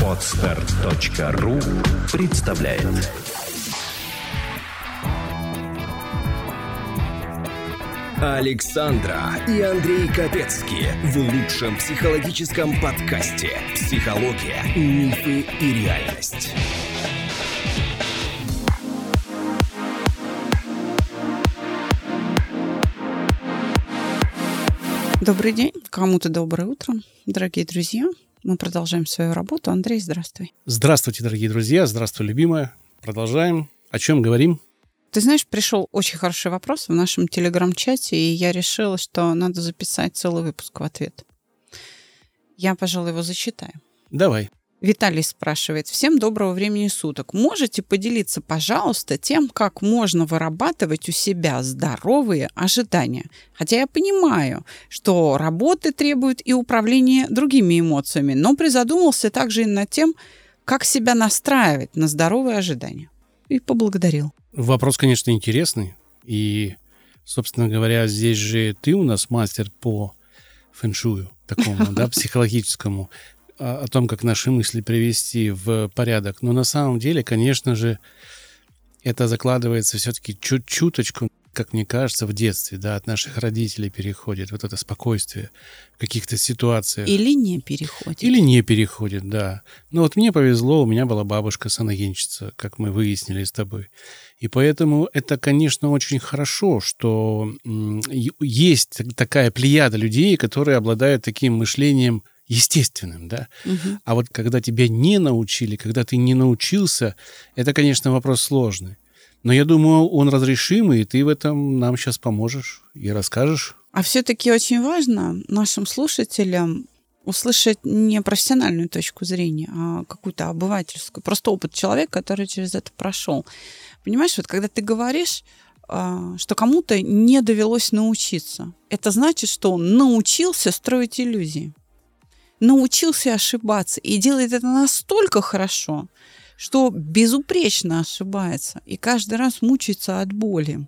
Podster.ru представляет. Александра и Андрей Капецки в лучшем психологическом подкасте «Психология, мифы и реальность». Добрый день, кому-то доброе утро, дорогие друзья. Мы продолжаем свою работу. Андрей, здравствуй. Здравствуйте, дорогие друзья. Здравствуй, любимая. Продолжаем. О чем говорим? Ты знаешь, пришел очень хороший вопрос в нашем телеграм-чате, и я решила, что надо записать целый выпуск в ответ. Я, пожалуй, его зачитаю. Давай. Виталий спрашивает. Всем доброго времени суток. Можете поделиться, пожалуйста, тем, как можно вырабатывать у себя здоровые ожидания? Хотя я понимаю, что работы требуют и управления другими эмоциями, но призадумался также и над тем, как себя настраивать на здоровые ожидания. И поблагодарил. Вопрос, конечно, интересный. И, собственно говоря, здесь же ты у нас мастер по фэншую, такому, да, психологическому, о том, как наши мысли привести в порядок. Но на самом деле, конечно же, это закладывается все-таки чуточку, как мне кажется, в детстве, да, от наших родителей переходит вот это спокойствие в каких-то ситуациях. Или не переходит. Или не переходит, да. Но вот мне повезло, у меня была бабушка-саногенщица, как мы выяснили с тобой. И поэтому это, конечно, очень хорошо, что есть такая плеяда людей, которые обладают таким мышлением естественным, да. Угу. А вот когда тебя не научили, когда ты не научился, это, конечно, вопрос сложный. Но я думаю, он разрешимый, и ты в этом нам сейчас поможешь и расскажешь. А все-таки очень важно нашим слушателям услышать не профессиональную точку зрения, а какую-то обывательскую. Просто опыт человека, который через это прошел. Понимаешь, вот когда ты говоришь, что кому-то не довелось научиться, это значит, что он научился строить иллюзии. Научился ошибаться и делает это настолько хорошо, что безупречно ошибается и каждый раз мучается от боли.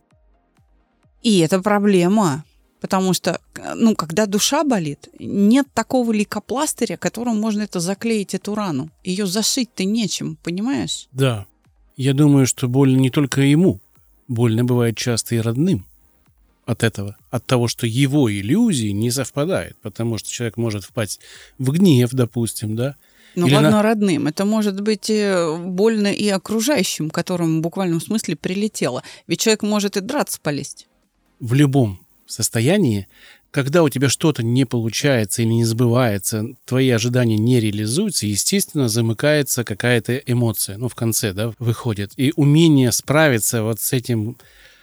И это проблема, потому что, когда душа болит, нет такого лейкопластыря, которым можно это заклеить, эту рану. Ее зашить-то нечем, понимаешь? Да. Я думаю, что больно не только ему. Больно бывает часто и родным от этого, от того, что его иллюзии не совпадают, потому что человек может впасть в гнев, допустим, да. Ну ладно, родным. Это может быть больно и окружающим, которым в буквальном смысле прилетело. Ведь человек может и драться полезть. В любом состоянии, когда у тебя что-то не получается или не сбывается, твои ожидания не реализуются, естественно, замыкается какая-то эмоция, в конце, да, выходит. И умение справиться вот с этим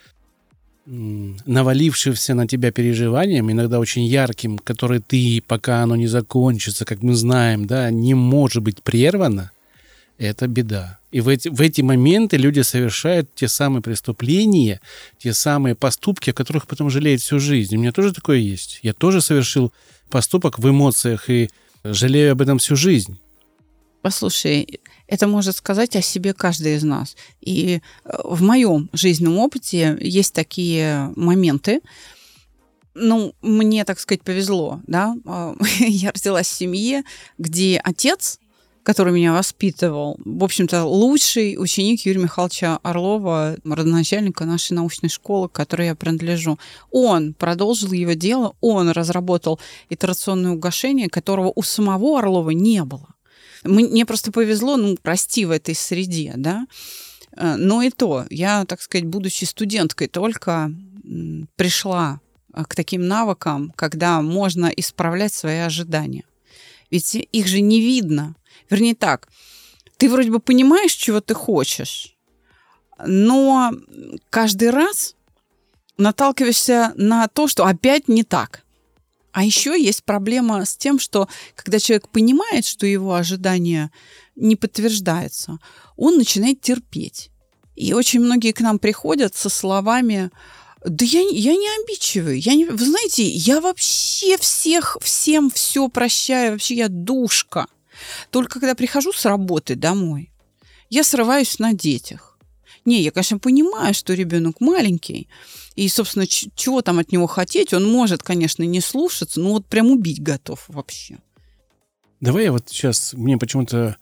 навалившимся на тебя переживанием, иногда очень ярким, который ты, пока оно не закончится, как мы знаем, да, не может быть прервано, это беда. И в эти моменты люди совершают те самые преступления, те самые поступки, о которых потом жалеют всю жизнь. У меня тоже такое есть. Я тоже совершил поступок в эмоциях и жалею об этом всю жизнь. Послушай, это может сказать о себе каждый из нас. И в моем жизненном опыте есть такие моменты. Мне, так сказать, повезло, да. Я родилась в семье, где отец, который меня воспитывал, в общем-то, лучший ученик Юрия Михайловича Орлова, родоначальника нашей научной школы, к которой я принадлежу. Он продолжил его дело, он разработал итерационное угошение, которого у самого Орлова не было. Мне просто повезло, расти в этой среде, да. Но и то, я, так сказать, будучи студенткой, только пришла к таким навыкам, когда можно исправлять свои ожидания. Ведь их же не видно. Вернее так, ты вроде бы понимаешь, чего ты хочешь, но каждый раз наталкиваешься на то, что опять не так. А еще есть проблема с тем, что когда человек понимает, что его ожидания не подтверждаются, он начинает терпеть. И очень многие к нам приходят со словами: да я не обидчивый, вы знаете, я вообще всем все прощаю, вообще я душка. Только когда прихожу с работы домой, я срываюсь на детях. Не, я, конечно, понимаю, что ребенок маленький, и, собственно, чего там от него хотеть, он может, конечно, не слушаться, но вот прям убить готов вообще. Давай я вот сейчас, мне почему-то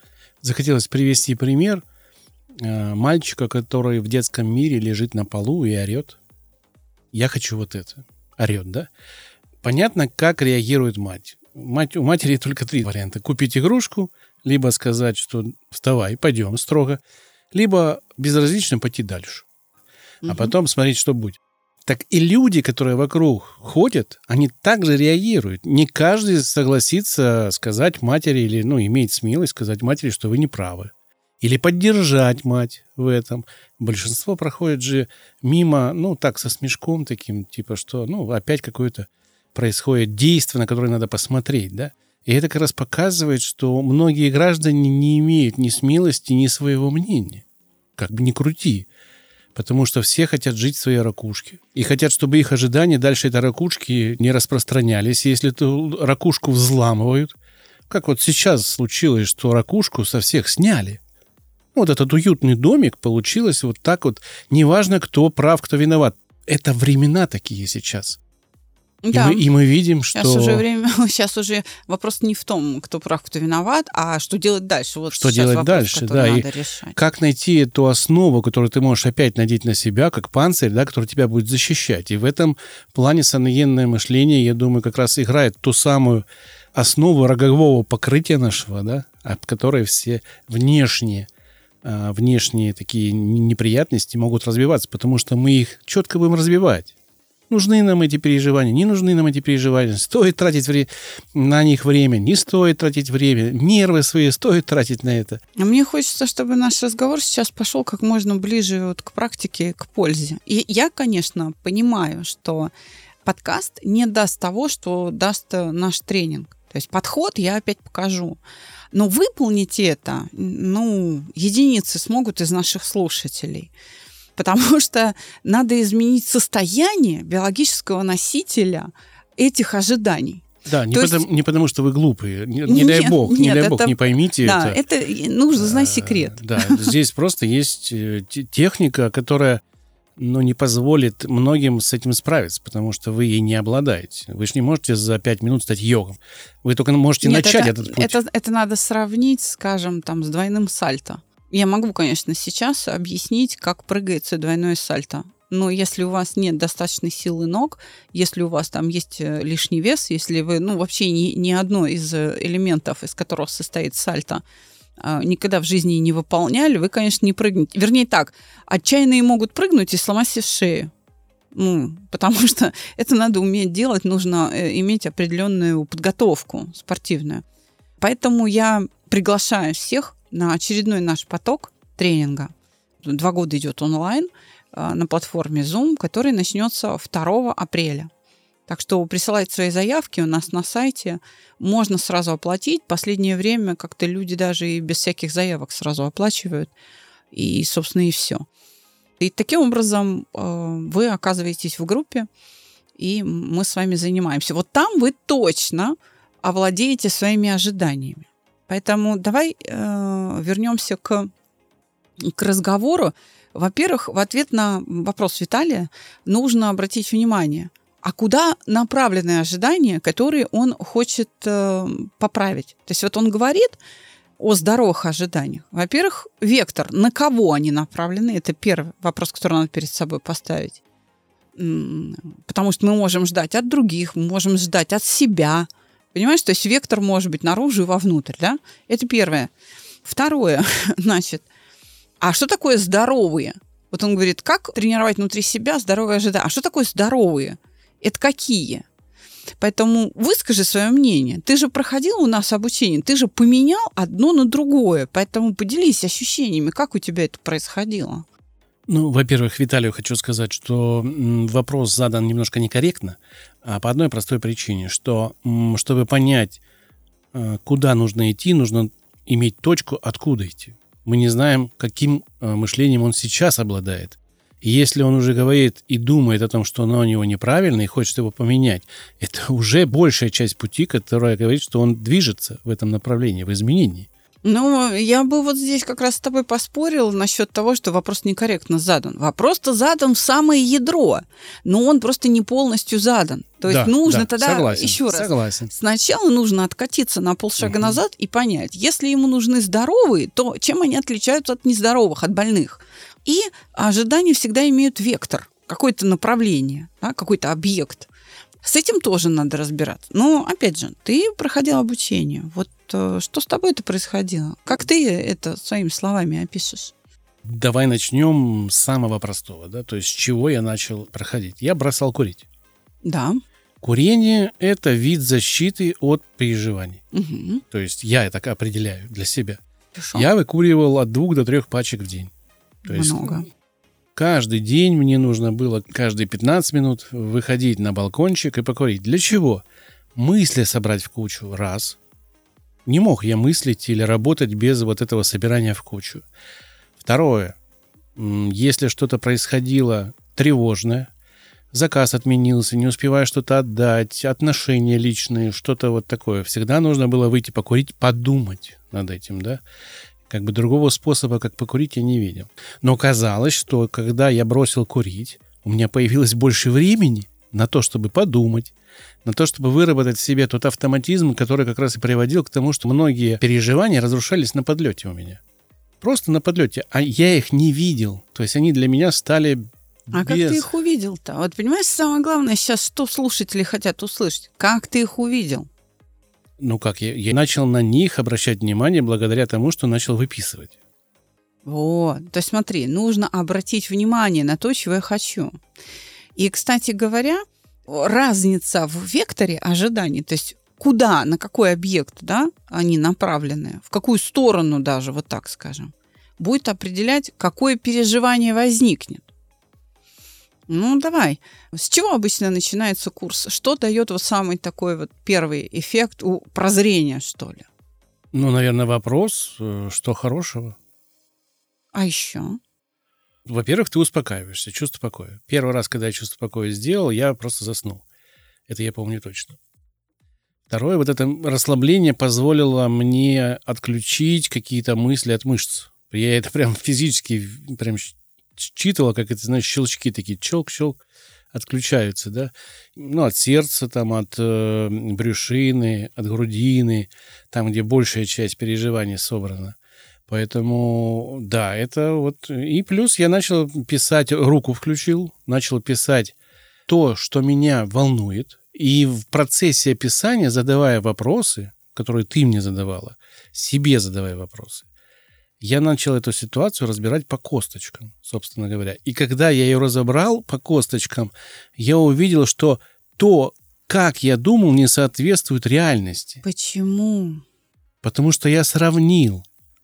захотелось привести пример мальчика, который в детском мире лежит на полу и орет. Я хочу вот это. Орет, да? Понятно, как реагирует мать. У матери только 3 варианта. Купить игрушку, либо сказать, что вставай, пойдем строго, либо безразлично пойти дальше. А потом смотреть, что будет. Так и люди, которые вокруг ходят, они также реагируют. Не каждый согласится сказать матери или, имеет смелость сказать матери, что вы не правы. Или поддержать мать в этом. Большинство проходит же мимо, так, со смешком таким, типа, что, опять какое-то происходит действие, на которое надо посмотреть, да? И это как раз показывает, что многие граждане не имеют ни смелости, ни своего мнения. Как бы ни крути. Потому что все хотят жить в своей ракушке. И хотят, чтобы их ожидания дальше этой ракушки не распространялись. И если эту ракушку взламывают, как вот сейчас случилось, что ракушку со всех сняли. Вот этот уютный домик получилось вот так вот. Неважно, кто прав, кто виноват. Это времена такие сейчас. Да. И мы видим, что... Сейчас уже вопрос не в том, кто прав, кто виноват, а что делать дальше. Вот что сейчас делать вопрос, дальше, да. Надо И решать. как найти эту основу, которую ты можешь опять надеть на себя, как панцирь, да, который тебя будет защищать. И в этом плане саногенное мышление, я думаю, как раз играет ту самую основу рогового покрытия нашего, да, от которой все внешние такие неприятности могут развиваться, потому что мы их четко будем развивать. Нужны нам эти переживания, не нужны нам эти переживания. Стоит тратить на них время, не стоит тратить время. Нервы свои стоит тратить на это. Мне хочется, чтобы наш разговор сейчас пошел как можно ближе вот к практике, к пользе. И я, конечно, понимаю, что подкаст не даст того, что даст наш тренинг. То есть подход я опять покажу. Но выполнить это, единицы смогут из наших слушателей. Потому что надо изменить состояние биологического носителя этих ожиданий. Да, не потому что вы глупые. Не дай бог, не поймите это. Да, это нужно знать секрет. Да, здесь просто есть техника, которая не позволит многим с этим справиться, потому что вы ей не обладаете. Вы же не можете за 5 минут стать йогом. Вы только можете начать этот путь. Это надо сравнить, скажем, с двойным сальто. Я могу, конечно, сейчас объяснить, как прыгается двойное сальто. Но если у вас нет достаточной силы ног, если у вас там есть лишний вес, если вы вообще ни одно из элементов, из которого состоит сальто, никогда в жизни не выполняли, вы, конечно, не прыгнете. Вернее так, отчаянные могут прыгнуть и сломать себе шею. Потому что это надо уметь делать, нужно иметь определенную подготовку спортивную. Поэтому я приглашаю всех на очередной наш поток тренинга. 2 года идет онлайн на платформе Zoom, который начнется 2 апреля. Так что присылайте свои заявки у нас на сайте. Можно сразу оплатить. Последнее время как-то люди даже и без всяких заявок сразу оплачивают. И, собственно, и все. И таким образом вы оказываетесь в группе, и мы с вами занимаемся. Вот там вы точно овладеете своими ожиданиями. Поэтому давай вернемся к разговору. Во-первых, в ответ на вопрос Виталия нужно обратить внимание, а куда направлены ожидания, которые он хочет поправить. То есть вот он говорит о здоровых ожиданиях. Во-первых, вектор, на кого они направлены, это первый вопрос, который надо перед собой поставить. Потому что мы можем ждать от других, мы можем ждать от себя. Понимаешь, то есть вектор может быть наружу и вовнутрь, да? Это первое. Второе, значит, а что такое здоровые? Вот он говорит, как тренировать внутри себя здоровые ожидания? А что такое здоровые? Это какие? Поэтому выскажи свое мнение. Ты же проходил у нас обучение, ты же поменял одно на другое. Поэтому поделись ощущениями, как у тебя это происходило. Во-первых, Виталию хочу сказать, что вопрос задан немножко некорректно, а по одной простой причине, что чтобы понять, куда нужно идти, нужно иметь точку, откуда идти. Мы не знаем, каким мышлением он сейчас обладает. И если он уже говорит и думает о том, что оно у него неправильно, и хочет его поменять, это уже большая часть пути, которая говорит, что он движется в этом направлении, в изменении. Я бы вот здесь как раз с тобой поспорил насчет того, что вопрос некорректно задан. Вопрос-то задан в самое ядро, но он просто не полностью задан. То есть нужно тогда, согласен, еще раз, согласен. сначала нужно откатиться на полшага назад и понять, если ему нужны здоровые, то чем они отличаются от нездоровых, от больных? И ожидания всегда имеют вектор, какое-то направление, да, какой-то объект. С этим тоже надо разбираться. Но, опять же, ты проходил обучение. Вот что с тобой-то происходило? Как ты это своими словами опишешь? Давай начнем с самого простого, да, то есть с чего я начал проходить. Я бросал курить. Да. Курение – это вид защиты от переживаний. Угу. То есть я так определяю для себя. Хорошо. Я выкуривал от 2 до 3 пачек в день. То есть много. каждый день мне нужно было каждые 15 минут выходить на балкончик и покурить. Для чего? Мысли собрать в кучу. Раз. Не мог я мыслить или работать без вот этого собирания в кучу. Второе. Если что-то происходило тревожное, заказ отменился, не успевая что-то отдать, отношения личные, что-то вот такое, всегда нужно было выйти покурить, подумать над этим, да. Как бы другого способа, как покурить, я не видел. Но казалось, что когда я бросил курить, у меня появилось больше времени на то, чтобы подумать, на то, чтобы выработать в себе тот автоматизм, который как раз и приводил к тому, что многие переживания разрушались на подлете у меня. Просто на подлете. А я их не видел. То есть они для меня стали А как ты их увидел-то? Вот понимаешь, самое главное сейчас, что слушатели хотят услышать. Как ты их увидел? Ну как, я начал на них обращать внимание благодаря тому, что начал выписывать. Вот. То есть смотри, нужно обратить внимание на то, чего я хочу. И, кстати говоря, разница в векторе ожиданий, то есть куда, на какой объект, да, они направлены, в какую сторону даже, вот так скажем, будет определять, какое переживание возникнет. Ну, давай. С чего обычно начинается курс? Что дает вот самый такой вот первый эффект у прозрения, что ли? Ну, наверное, вопрос, что хорошего? А еще? Во-первых, ты успокаиваешься, чувство покоя. Первый раз, когда я чувство покоя сделал, я просто заснул. Это я помню точно. Второе, вот это расслабление позволило мне отключить какие-то мысли от мышц. Я это прям физически прям считывал, как это, знаешь, щелчки такие, челк-челк, отключаются, да. Ну, от сердца, там, от брюшины, от грудины, там, где большая часть переживаний собрана. Поэтому, да, это вот... И плюс я начал писать, руку включил, начал писать то, что меня волнует. И в процессе описания, задавая вопросы, которые ты мне задавала, себе задавая вопросы, я начал эту ситуацию разбирать по косточкам, собственно говоря. И когда я ее разобрал по косточкам, я увидел, что то, как я думал, не соответствует реальности. Почему? Потому что я сравнил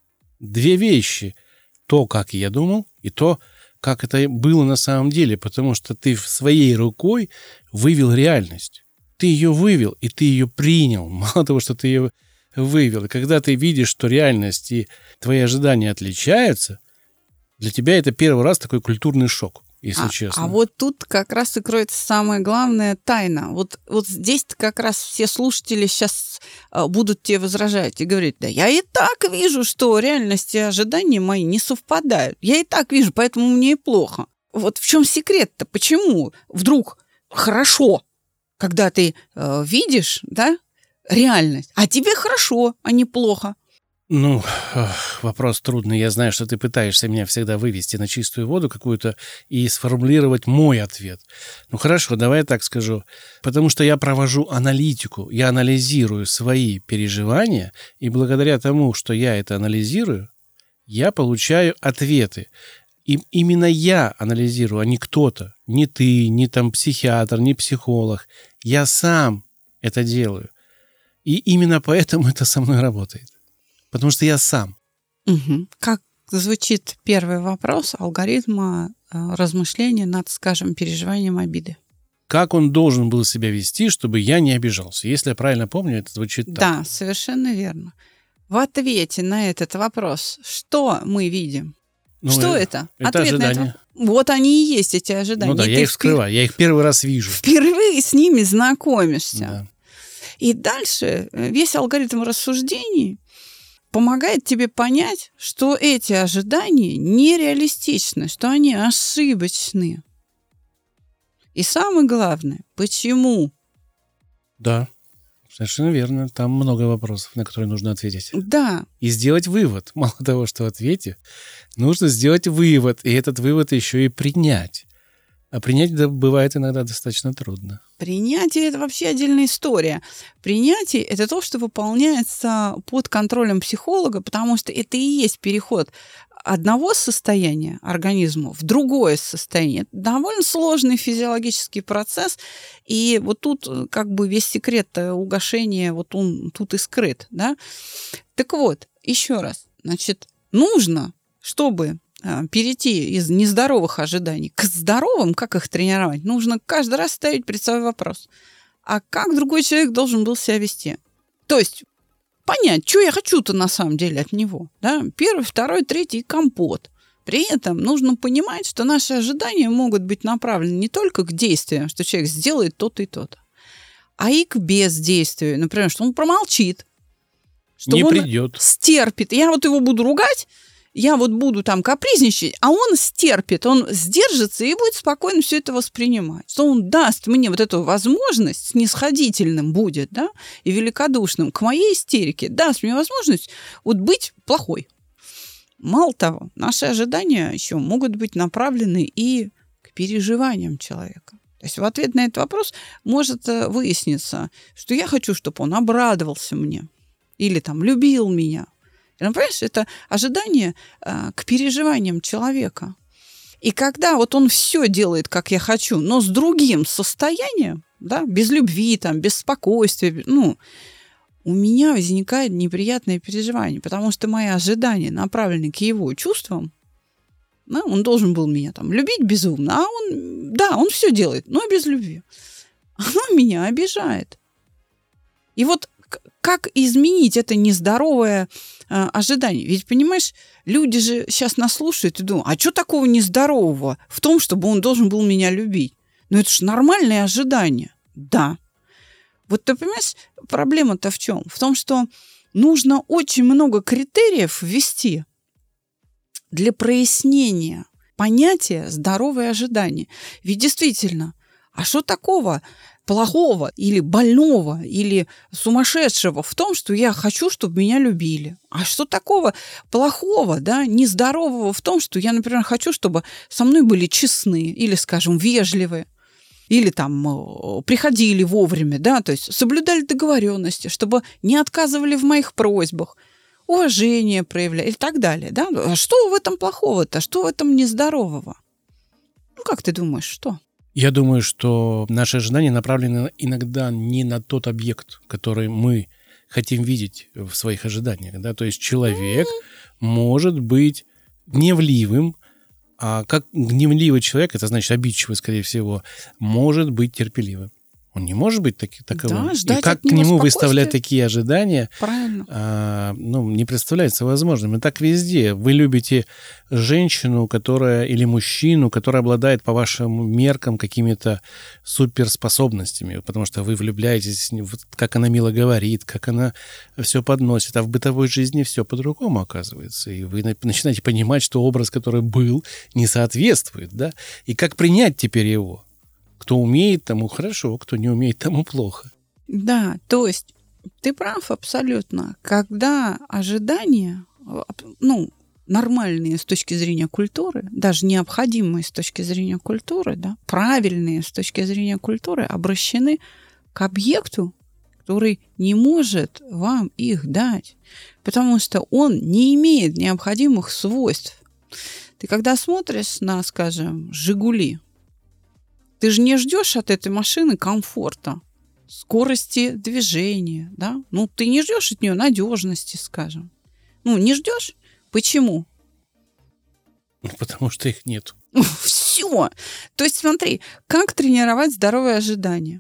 две вещи. То, как я думал, и то, как это было на самом деле. Потому что ты своей рукой вывел реальность. Ты ее вывел, и ты ее принял. Мало того, что ты ее вывел. И когда ты видишь, что реальность и твои ожидания отличаются, для тебя это первый раз такой культурный шок, если честно. А вот тут как раз и кроется самая главная тайна. Вот здесь как раз все слушатели сейчас будут тебе возражать и говорить: да я и так вижу, что реальность и ожидания мои не совпадают. Я и так вижу, поэтому мне и плохо. Вот в чем секрет-то? Почему вдруг хорошо, когда ты видишь, да, реальность, а тебе хорошо, а не плохо? Ну, вопрос трудный. Я знаю, что ты пытаешься меня всегда вывести на чистую воду какую-то и сформулировать мой ответ. Ну, хорошо, давай я так скажу. Потому что я провожу аналитику, я анализирую свои переживания, и благодаря тому, что я это анализирую, я получаю ответы. И именно я анализирую, а не кто-то. Не ты, не там психиатр, не психолог. Я сам это делаю. И именно поэтому это со мной работает. Потому что я сам. Угу. Как звучит первый вопрос алгоритма размышления над, скажем, переживанием обиды? Как он должен был себя вести, чтобы я не обижался? Если я правильно помню, это звучит так. Да, совершенно верно. В ответе на этот вопрос, что мы видим? Ну, что это? Это Ответ ожидания. на это. Вот они и есть, эти ожидания. Ну да, И я ты их вскрываю, я их первый раз вижу. Впервые с ними знакомишься. Да. И дальше весь алгоритм рассуждений помогает тебе понять, что эти ожидания нереалистичны, что они ошибочны. И самое главное, почему Да, совершенно верно. Там много вопросов, на которые нужно ответить. Да. И сделать вывод. Мало того, что ответить, нужно сделать вывод. И этот вывод еще и принять. А принять бывает иногда достаточно трудно. Принятие – это вообще отдельная история. Принятие – это то, что выполняется под контролем психолога, потому что это и есть переход одного состояния организма в другое состояние. Это довольно сложный физиологический процесс, и вот тут как бы весь секрет угошения, вот он тут и скрыт. Да? Так вот, еще раз, значит, нужно, чтобы перейти из нездоровых ожиданий к здоровым, как их тренировать, нужно каждый раз ставить перед собой вопрос. А как другой человек должен был себя вести? То есть понять, что я хочу-то на самом деле от него. Да? Первый, второй, третий компот. При этом нужно понимать, что наши ожидания могут быть направлены не только к действиям, что человек сделает то-то и то-то, а и к бездействию. Например, что он промолчит, что не он придет. стерпит. Я вот его буду ругать, я вот буду там капризничать, а он стерпит, он сдержится и будет спокойно все это воспринимать. Что он даст мне вот эту возможность, снисходительным будет, да, и великодушным к моей истерике, даст мне возможность вот быть плохой. Мало того, наши ожидания еще могут быть направлены и к переживаниям человека. То есть в ответ на этот вопрос может выясниться, что я хочу, чтобы он обрадовался мне или там любил меня. Понимаешь, это ожидание к переживаниям человека. И когда вот он все делает, как я хочу, но с другим состоянием, да, без любви, там, без спокойствия, у меня возникает неприятное переживание, потому что мои ожидания направлены к его чувствам. Да, он должен был меня там любить безумно, а он все делает, но без любви. Оно меня обижает. И вот как изменить это нездоровое ожидание? Ведь, понимаешь, люди же сейчас нас слушают и думают, а что такого нездорового в том, чтобы он должен был меня любить? Ну, это же нормальное ожидание. Да. Вот ты понимаешь, проблема-то в чем? В том, что нужно очень много критериев ввести для прояснения понятия «здоровое ожидание». Ведь действительно, а что такого плохого или больного или сумасшедшего в том, что я хочу, чтобы меня любили? А что такого плохого, да, нездорового в том, что я, например, хочу, чтобы со мной были честны или, скажем, вежливы, или там приходили вовремя, да, то есть соблюдали договоренности, чтобы не отказывали в моих просьбах, уважение проявляли и так далее, да? А что в этом плохого-то? Что в этом нездорового? Как ты думаешь, что? Я думаю, что наши ожидания направлены иногда не на тот объект, который мы хотим видеть в своих ожиданиях. Да? То есть человек может быть гневливым, а как гневливый человек, это значит обидчивый, скорее всего, может быть терпеливым. Он не может быть таковым. Да, ждать и как от него к нему спокойствия. выставлять такие ожидания, не представляется возможным. И так везде. Вы любите женщину, которая или мужчину, который обладает, по вашим меркам, какими-то суперспособностями, потому что вы влюбляетесь, как она мило говорит, как она все подносит. А в бытовой жизни все по-другому оказывается. И вы начинаете понимать, что образ, который был, не соответствует. Да? И как принять теперь его? Кто умеет, тому хорошо, кто не умеет, тому плохо. Да, то есть ты прав абсолютно. Когда ожидания, нормальные с точки зрения культуры, даже необходимые с точки зрения культуры, да, правильные с точки зрения культуры, обращены к объекту, который не может вам их дать, потому что он не имеет необходимых свойств. Ты когда смотришь на, скажем, «Жигули», ты же не ждешь от этой машины комфорта, скорости движения, да? Ты не ждешь от нее надежности, скажем. Не ждешь? Почему? Потому что их нет. Все. То есть смотри, как тренировать здоровое ожидание?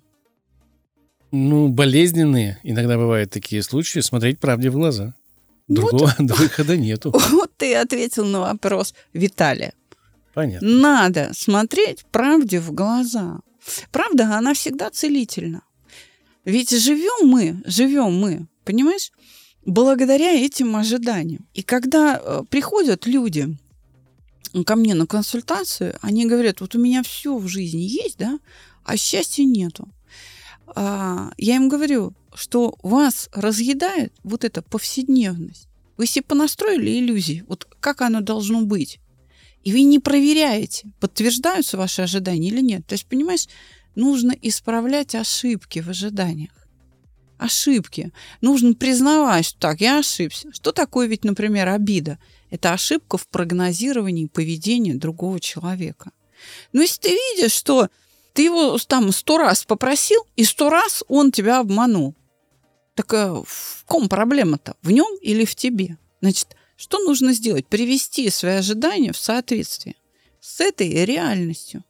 Болезненные, иногда бывают такие случаи, смотреть правде в глаза. Другого выхода нету. Вот ты ответил на вопрос Виталия. Понятно. Надо смотреть правде в глаза. Правда, она всегда целительна. Ведь живем мы, понимаешь, благодаря этим ожиданиям. И когда приходят люди ко мне на консультацию, они говорят, вот у меня все в жизни есть, да, а счастья нету. я им говорю, что вас разъедает вот эта повседневность. Вы себе понастроили иллюзии, вот как оно должно быть. И вы не проверяете, подтверждаются ваши ожидания или нет. То есть, понимаешь, нужно исправлять ошибки в ожиданиях. Ошибки. Нужно признавать, что так, я ошибся. Что такое ведь, например, обида? Это ошибка в прогнозировании поведения другого человека. Но если ты видишь, что ты его там 100 раз попросил, и 100 раз он тебя обманул, так в ком проблема-то? В нем или в тебе? Значит, что нужно сделать? Привести свои ожидания в соответствие с этой реальностью.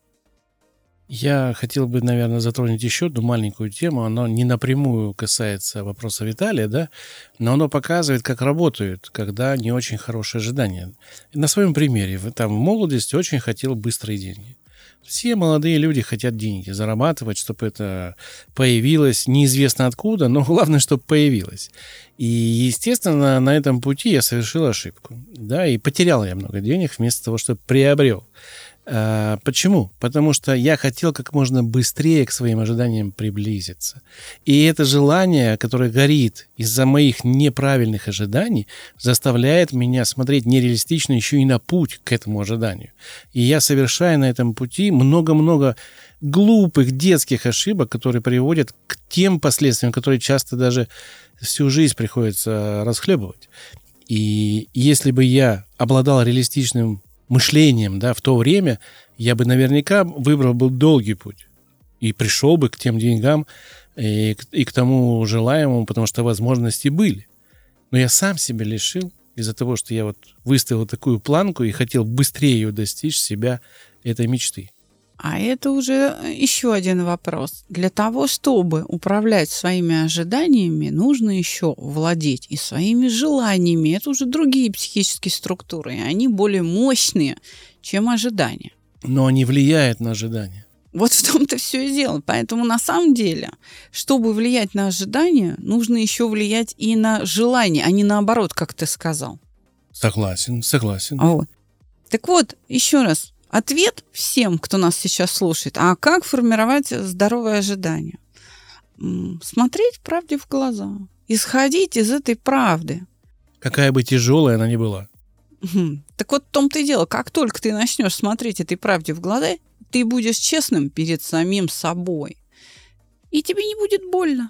Я хотел бы, наверное, затронуть еще одну маленькую тему. Она не напрямую касается вопроса Виталия, да, но оно показывает, как работают, когда не очень хорошие ожидания. На своем примере. В молодости очень хотел быстрые деньги. Все молодые люди хотят деньги зарабатывать, чтобы это появилось неизвестно откуда, но главное, чтобы появилось. И, естественно, на этом пути я совершил ошибку. Да, и потерял я много денег вместо того, чтобы приобрел. Почему? Потому что я хотел как можно быстрее к своим ожиданиям приблизиться. И это желание, которое горит из-за моих неправильных ожиданий, заставляет меня смотреть нереалистично еще и на путь к этому ожиданию. И я совершаю на этом пути много-много глупых детских ошибок, которые приводят к тем последствиям, которые часто даже всю жизнь приходится расхлебывать. И если бы я обладал реалистичным мышлением, да, в то время, я бы наверняка выбрал бы долгий путь и пришел бы к тем деньгам и к тому желаемому, потому что возможности были. Но я сам себя лишил из-за того, что я вот выставил такую планку и хотел быстрее ее достичь себя, этой мечты. А это уже еще один вопрос. Для того, чтобы управлять своими ожиданиями, нужно еще владеть и своими желаниями. Это уже другие психические структуры, и они более мощные, чем ожидания. Но они влияют на ожидания. Вот в том-то все и дело. Поэтому на самом деле, чтобы влиять на ожидания, нужно еще влиять и на желания, а не наоборот, как ты сказал. Согласен. Вот. Так вот, еще раз. Ответ всем, кто нас сейчас слушает, а как формировать здоровое ожидание? Смотреть правде в глаза, исходить из этой правды. Какая бы тяжелая она ни была. Так вот в том-то и дело, как только ты начнешь смотреть этой правде в глаза, ты будешь честным перед самим собой. И тебе не будет больно.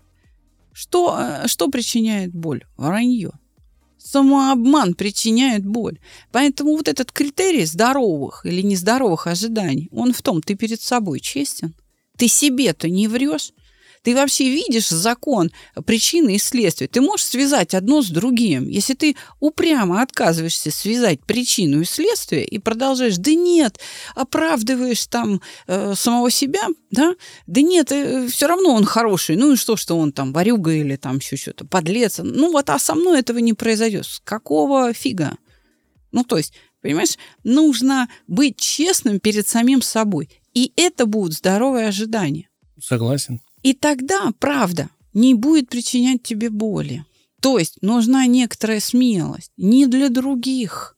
Что причиняет боль? Вранье. Самообман причиняет боль. Поэтому вот этот критерий здоровых или нездоровых ожиданий, он в том, ты перед собой честен. Ты себе-то не врешь. Ты вообще видишь закон причины и следствия. Ты можешь связать одно с другим. Если ты упрямо отказываешься связать причину и следствие и продолжаешь, да нет, оправдываешь там самого себя, да нет, все равно он хороший. Ну и что он там ворюга или там еще что-то, подлец. Ну вот, а со мной этого не произойдет. С какого фига? Ну то есть, понимаешь, нужно быть честным перед самим собой. И это будут здоровые ожидания. Согласен. И тогда правда не будет причинять тебе боли. То есть нужна некоторая смелость не для других,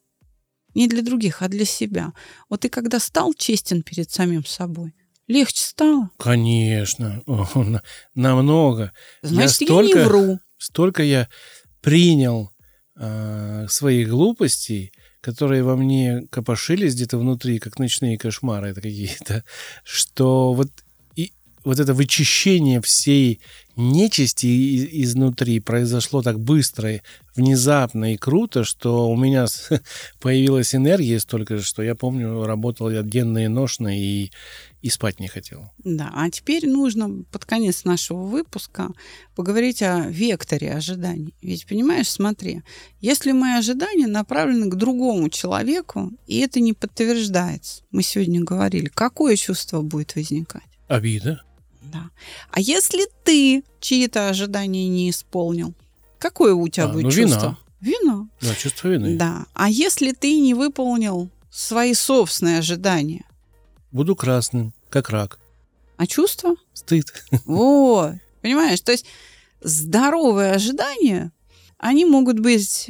а для себя. Вот ты когда стал честен перед самим собой, легче стало? Конечно, намного. Значит, я не вру. Столько я принял своих глупостей, которые во мне копошились где-то внутри, как ночные кошмары какие-то, что вот это вычищение всей нечисти изнутри произошло так быстро, внезапно и круто, что у меня появилась энергия столько, что я помню, работал я денно и ношно и спать не хотел. Да, а теперь нужно под конец нашего выпуска поговорить о векторе ожиданий. Ведь, понимаешь, смотри, если мои ожидания направлены к другому человеку, и это не подтверждается, мы сегодня говорили, какое чувство будет возникать? Обида. Да. А если ты чьи-то ожидания не исполнил, какое у тебя будет чувство? Вина. Да, чувство вины. Да. А если ты не выполнил свои собственные ожидания? Буду красным, как рак. А чувство? Стыд. Вот. Понимаешь, то есть здоровое ожидание они могут быть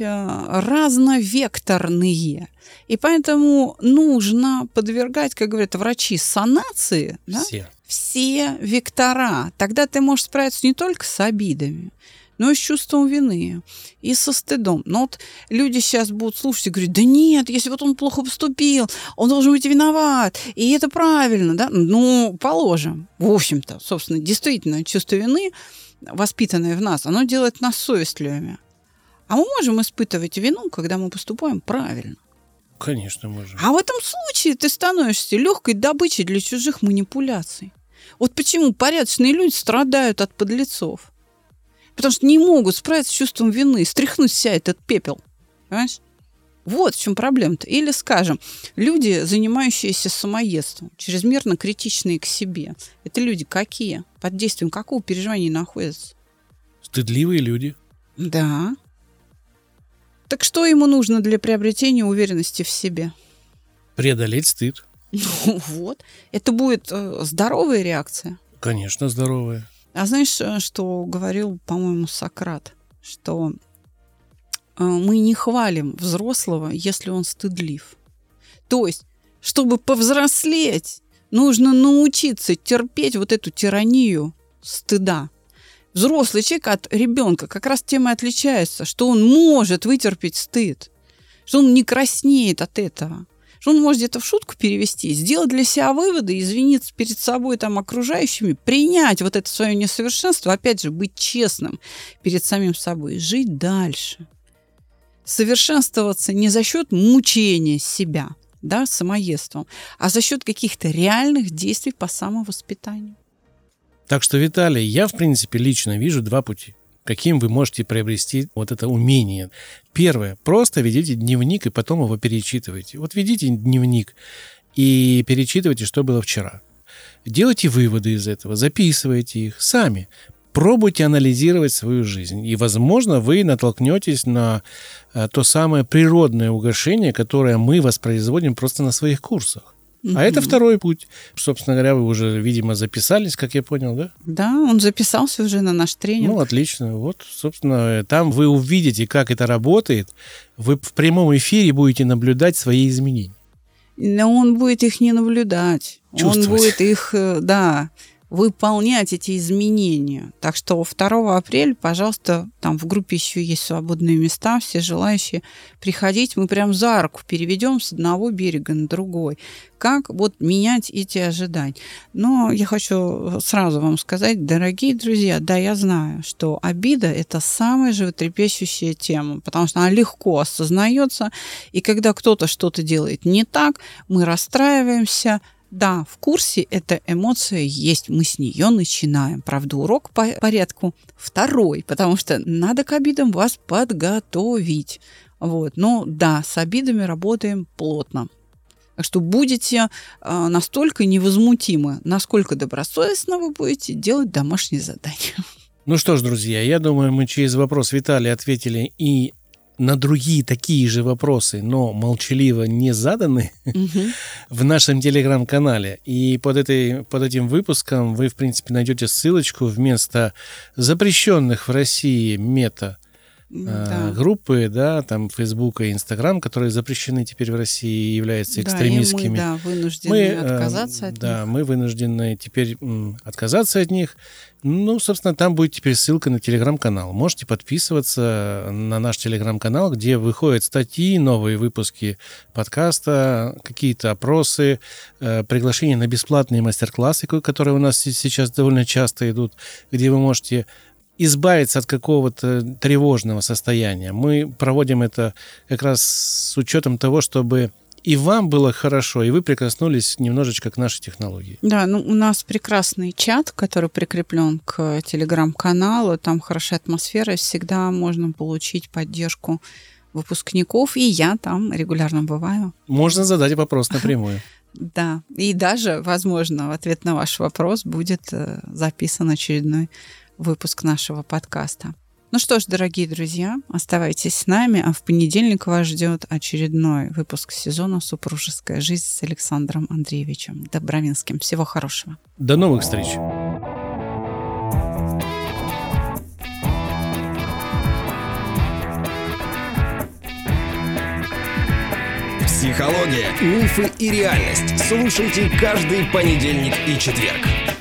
разновекторные. И поэтому нужно подвергать, как говорят врачи, санации, да? Все вектора. Тогда ты можешь справиться не только с обидами, но и с чувством вины, и со стыдом. Но вот люди сейчас будут слушать и говорить: да нет, если вот он плохо поступил, он должен быть виноват, и это правильно, да? Ну, положим. В общем-то, собственно, действительно, чувство вины, воспитанное в нас, оно делает нас совестливыми. А мы можем испытывать вину, когда мы поступаем правильно. Конечно, можем. А в этом случае ты становишься легкой добычей для чужих манипуляций. Вот почему порядочные люди страдают от подлецов. Потому что не могут справиться с чувством вины, стряхнуть вся этот пепел. Понимаешь? Вот в чем проблема-то. Или, скажем, люди, занимающиеся самоедством, чрезмерно критичные к себе. Это люди какие? Под действием какого переживания находятся? Стыдливые люди. Да. Так что ему нужно для приобретения уверенности в себе? Преодолеть стыд. Вот. Это будет здоровая реакция? Конечно, здоровая. А знаешь, что говорил, по-моему, Сократ? Что мы не хвалим взрослого, если он стыдлив. То есть, чтобы повзрослеть, нужно научиться терпеть вот эту тиранию стыда. Взрослый человек от ребенка как раз тем и отличается, что он может вытерпеть стыд, что он не краснеет от этого, что он может где-то в шутку перевести, сделать для себя выводы, извиниться перед собой, там, окружающими, принять вот это свое несовершенство, опять же, быть честным перед самим собой, жить дальше. Совершенствоваться не за счет мучения себя, да, самоедством, а за счет каких-то реальных действий по самовоспитанию. Так что, Виталий, я, в принципе, лично вижу два пути, каким вы можете приобрести вот это умение. Первое. Просто ведите дневник и потом его перечитывайте. Вот ведите дневник и перечитывайте, что было вчера. Делайте выводы из этого, записывайте их сами. Пробуйте анализировать свою жизнь. И, возможно, вы натолкнетесь на то самое природное угошение, которое мы воспроизводим просто на своих курсах. А это второй путь. Собственно говоря, вы уже, видимо, записались, как я понял, да? Да, он записался уже на наш тренинг. Ну, отлично. Вот, собственно, там вы увидите, как это работает. Вы в прямом эфире будете наблюдать свои изменения. Но он будет их не наблюдать. Чувствовать. Он будет их, да, выполнять эти изменения. Так что 2 апреля, пожалуйста, там в группе еще есть свободные места, все желающие приходить, мы прям за руку переведем с одного берега на другой. Как вот менять эти ожидания. Но я хочу сразу вам сказать, дорогие друзья, да, я знаю, что обида – это самая животрепещущая тема, потому что она легко осознается, и когда кто-то что-то делает не так, мы расстраиваемся. Да, в курсе эта эмоция есть, мы с нее начинаем. Правда, урок по порядку 2, потому что надо к обидам вас подготовить. Вот. Но да, с обидами работаем плотно. Так что будете настолько невозмутимы, насколько добросовестно вы будете делать домашние задания. Ну что ж, друзья, я думаю, мы через вопрос Виталия ответили и на другие такие же вопросы, но молчаливо не заданы в нашем телеграм-канале. И под этим выпуском вы, в принципе, найдете ссылочку вместо запрещенных в России группы, да, там Фейсбука и Инстаграм, которые запрещены теперь в России и являются экстремистскими. Да, и мы вынуждены отказаться от них. Да, мы вынуждены теперь отказаться от них. Ну, собственно, там будет теперь ссылка на телеграм-канал. Можете подписываться на наш телеграм-канал, где выходят статьи, новые выпуски подкаста, какие-то опросы, приглашения на бесплатные мастер-классы, которые у нас сейчас довольно часто идут, где вы можете избавиться от какого-то тревожного состояния. Мы проводим это как раз с учетом того, чтобы и вам было хорошо, и вы прикоснулись немножечко к нашей технологии. Да, ну у нас прекрасный чат, который прикреплен к телеграм-каналу. Там хорошая атмосфера, всегда можно получить поддержку выпускников, и я там регулярно бываю. Можно задать вопрос напрямую. Да, и даже, возможно, в ответ на ваш вопрос будет записан очередной выпуск нашего подкаста. Ну что ж, дорогие друзья, оставайтесь с нами, а в понедельник вас ждет очередной выпуск сезона «Супружеская жизнь» с Александром Андреевичем Добровинским. Всего хорошего. До новых встреч! Психология, мифы и реальность. Слушайте каждый понедельник и четверг.